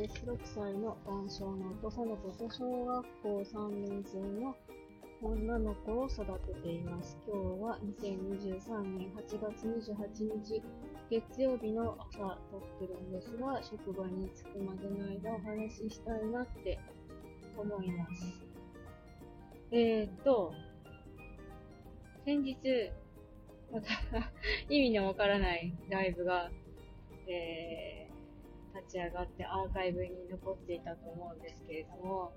です。6歳の男性の男の子と小学校3年生の女の子を育てています。今日は2023年8月28日月曜日の朝撮ってるんですが、職場に着くまでの間お話ししたいなって思います。先日、また意味のわからないライブが、立ち上がってアーカイブに残っていたと思うんですけれども、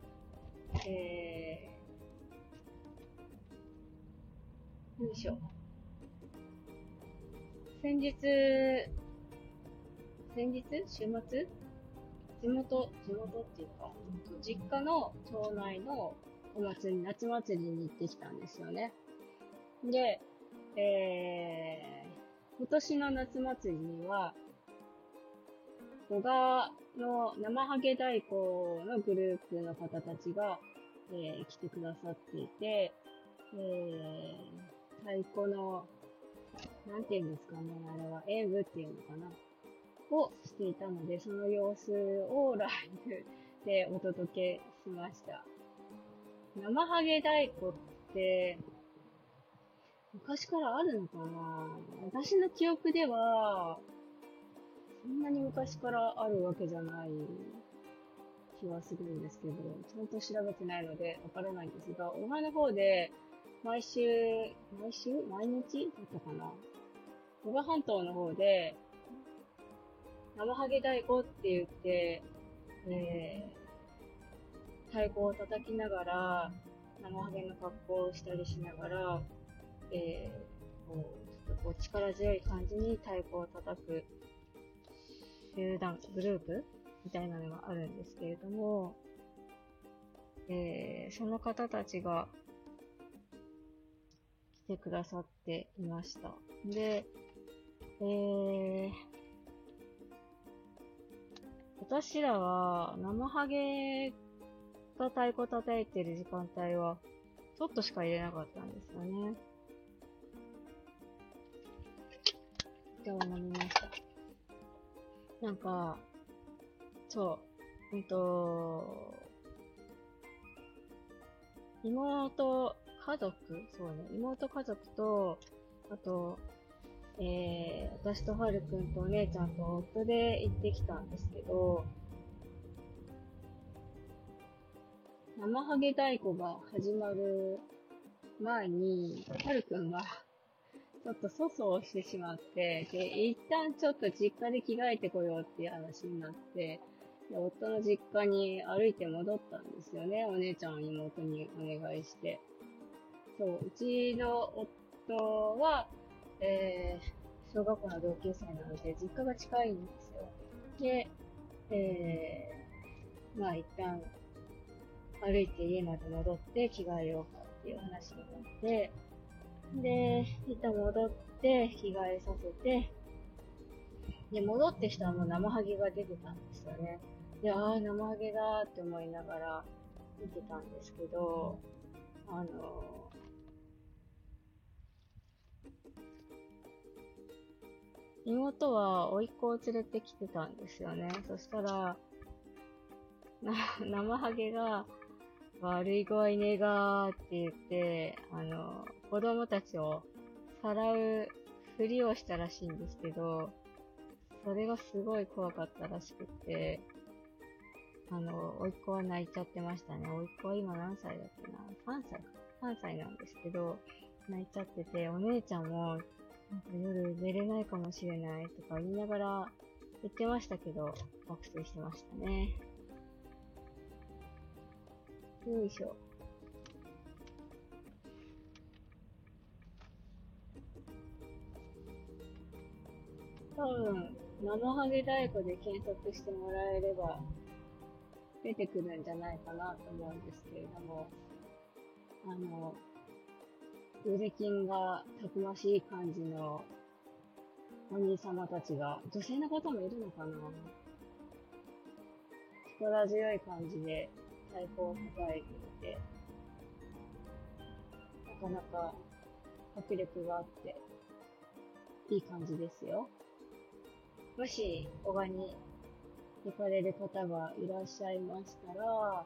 よいしょ。先日、週末地元っていうか、実家の町内のお祭り、夏祭りに行ってきたんですよね。で、今年の夏祭りには、小川の生ハゲ太鼓のグループの方たちが、来てくださっていて、太鼓の、なんていうんですかね、あれは演舞っていうのかなをしていたので、その様子をライブでお届けしました。生ハゲ太鼓って、昔からあるのかな？私の記憶では、そんなに昔からあるわけじゃない気はするんですけど、ちゃんと調べてないのでわからないんですが、小川の方で、毎日だったかな？小川半島の方で、生ハゲ太鼓って言って、太鼓を叩きながら、生ハゲの格好をしたりしながら、ちょっと力強い感じに太鼓を叩く集団、グループみたいなのがあるんですけれども、その方たちが来てくださっていました。で、私らは生ハゲが太鼓叩いてる時間帯はちょっとしか入れなかったんですよね。じゃあ飲みました。なんか、そう、妹家族と、あと、私とはるくんとお姉ちゃんと夫で行ってきたんですけど、生ハゲ太鼓が始まる前に、はるくんがちょっと粗相をしてしまって、で、一旦ちょっと実家で着替えてこようっていう話になって、で、夫の実家に歩いて戻ったんですよね。お姉ちゃん、妹にお願いして。そう、うちの夫は、小学校の同級生なので、実家が近いんですよ。で、まあ一旦歩いて家まで戻って着替えようかっていう話になって、で、一旦戻って着替えさせて、で、戻ってきたらもう生ハゲが出てたんですよね。で、生ハゲだって思いながら見てたんですけど、妹は甥っ子を連れてきてたんですよね。そしたら、生ハゲが悪い子はいねえがーって言って、子供たちをさらうふりをしたらしいんですけど、それがすごい怖かったらしくって、甥っ子は泣いちゃってましたね。甥っ子は今何歳だっけな？ 3 歳か。3歳なんですけど、泣いちゃってて、お姉ちゃんも、なんか夜寝れないかもしれないとか言いながら言ってましたけど、爆睡してましたね。よいしょ。多分、生ハゲ太鼓で検索してもらえれば出てくるんじゃないかなと思うんですけれども、腕筋がたくましい感じのお兄様たちが、女性の方もいるのかな？力強い感じで太鼓を叩いていて、なかなか迫力があって、いい感じですよ。もし、小川に行かれる方がいらっしゃいましたら、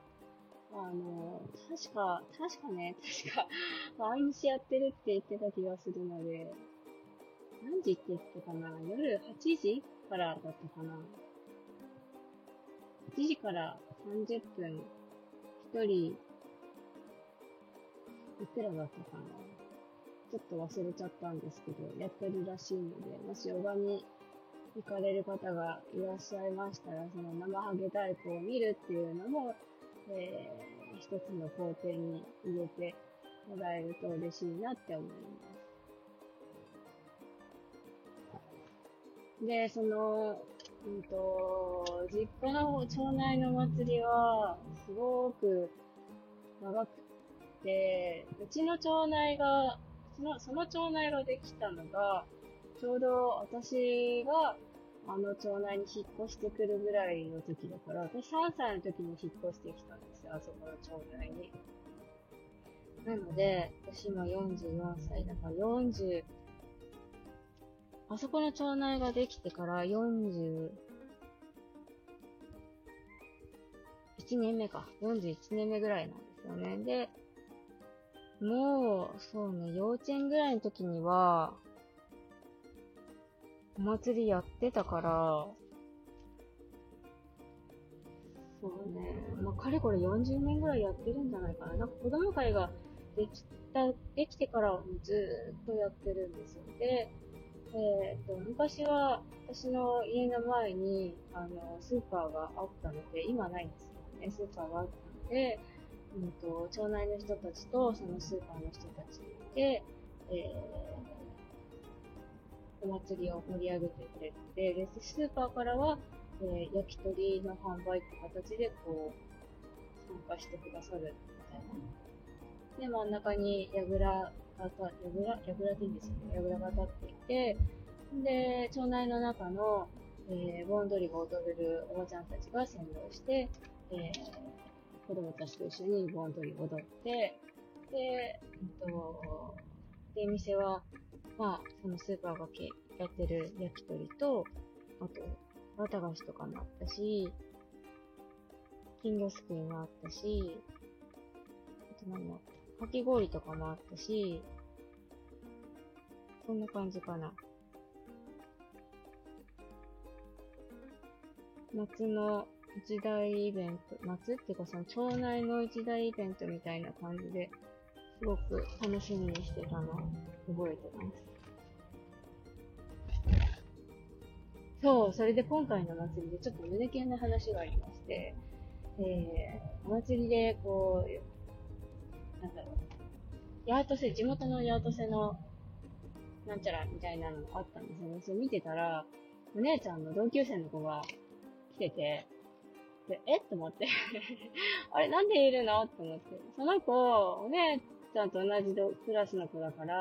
確か、毎日やってるって言ってた気がするので、何時って言ってたかな、夜8時からだったかな。8時から30分、1人、いくらだったかな。ちょっと忘れちゃったんですけど、やってるらしいので、もし小川に行かれる方がいらっしゃいましたら、その生ハゲ太鼓を見るっていうのも、一つの工程に入れてもらえると嬉しいなって思います。で、実家の町内の祭りは、すごく長くて、うちの町内が、その町内ができたのが、ちょうど私があの町内に引っ越してくるぐらいの時だから、私3歳の時に引っ越してきたんですよ、あそこの町内に。なので、私今44歳だからあそこの町内ができてから41年目か。41年目ぐらいなんですよね。で、もう、そうね、幼稚園ぐらいの時には、お祭りやってたから、そうね、まあ、かれこれ40年ぐらいやってるんじゃないかな。なんか子供会ができてからずーっとやってるんですよ。で、昔は私の家の前に、スーパーがあったので、今ないんですけどね、スーパーがあったので、町内の人たちとそのスーパーの人たちで、お祭りを盛り上げてくれて、で、スーパーからは、焼き鳥の販売って形でこう、参加してくださるみたいな。で、真ん中に櫓でいいんですよね。櫓が立っていて、で、町内の中の、盆踊りが踊れるおばちゃんたちが先導して、子供たちと一緒に盆踊りを踊って、で、店は、まあ、そのスーパーがやってる焼き鳥と、あと、綿菓子とかもあったし、金魚すくいもあったし、あと何もあった、かき氷とかもあったし、そんな感じかな。夏の一大イベント、夏っていうかその町内の一大イベントみたいな感じで、すごく楽しみにしてたのを覚えてます。そう、それで今回の祭りでちょっと胸キュンな話がありまして、お祭りでこう、なんだろう、地元のヤートセのなんちゃらみたいなのがあったんですよね。それ見てたら、お姉ちゃんの同級生の子が来てて、で、と思って。あれ、なんでいるのと思って。その子、お姉ちゃんと同じクラスの子だから、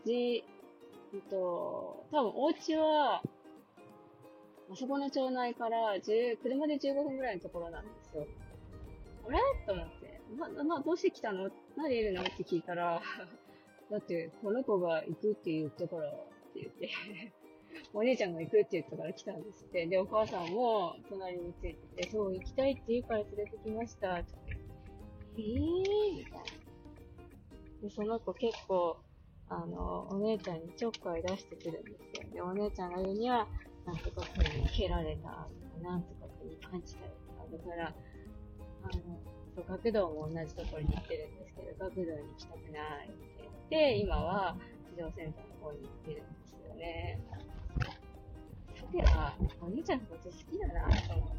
多分お家は、あそこの町内から車で15分ぐらいのところなんですよ。あれと思って。どうして来たの？なんでいるのって聞いたら、だって、この子が行くって言ったからって言って、お姉ちゃんが行くって言ったから来たんですって。で、お母さんも隣についてて、そう、行きたいって言うから連れてきました。ってみたいな。で、その子結構、お姉ちゃんにちょっかい出してくるんですよ。で、お姉ちゃんが言うには、なんとか風に蹴られたとか、なんとか風にパンチされた。だから、そう、学童も同じところに行ってるんですけど、学童に行きたくないって言って、今は児童センターの方に行ってるんですよね。さては、お兄ちゃんのこと好きだなと思って、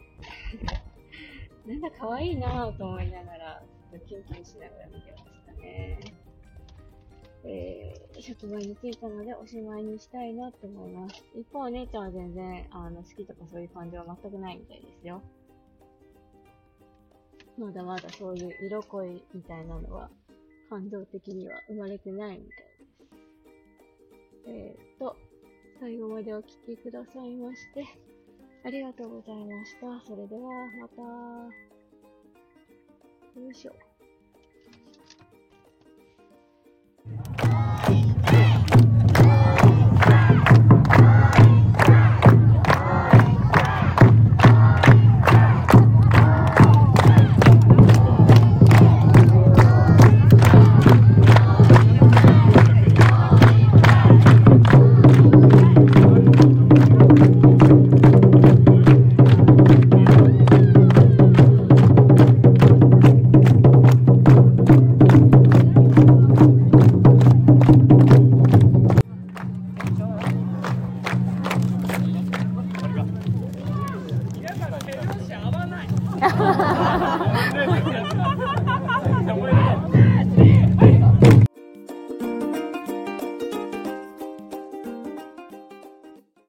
なんだ可愛いなと思いながら、ちょっとキュンキュンしながら見てましたね。職場に着いたのでおしまいにしたいなと思います。一方、お姉ちゃんは全然、好きとかそういう感情は全くないみたいですよ。まだまだそういう色恋みたいなのは、感情的には生まれてないみたいです。最後までお聞きくださいまして、ありがとうございました。それでは、また。よいしょ。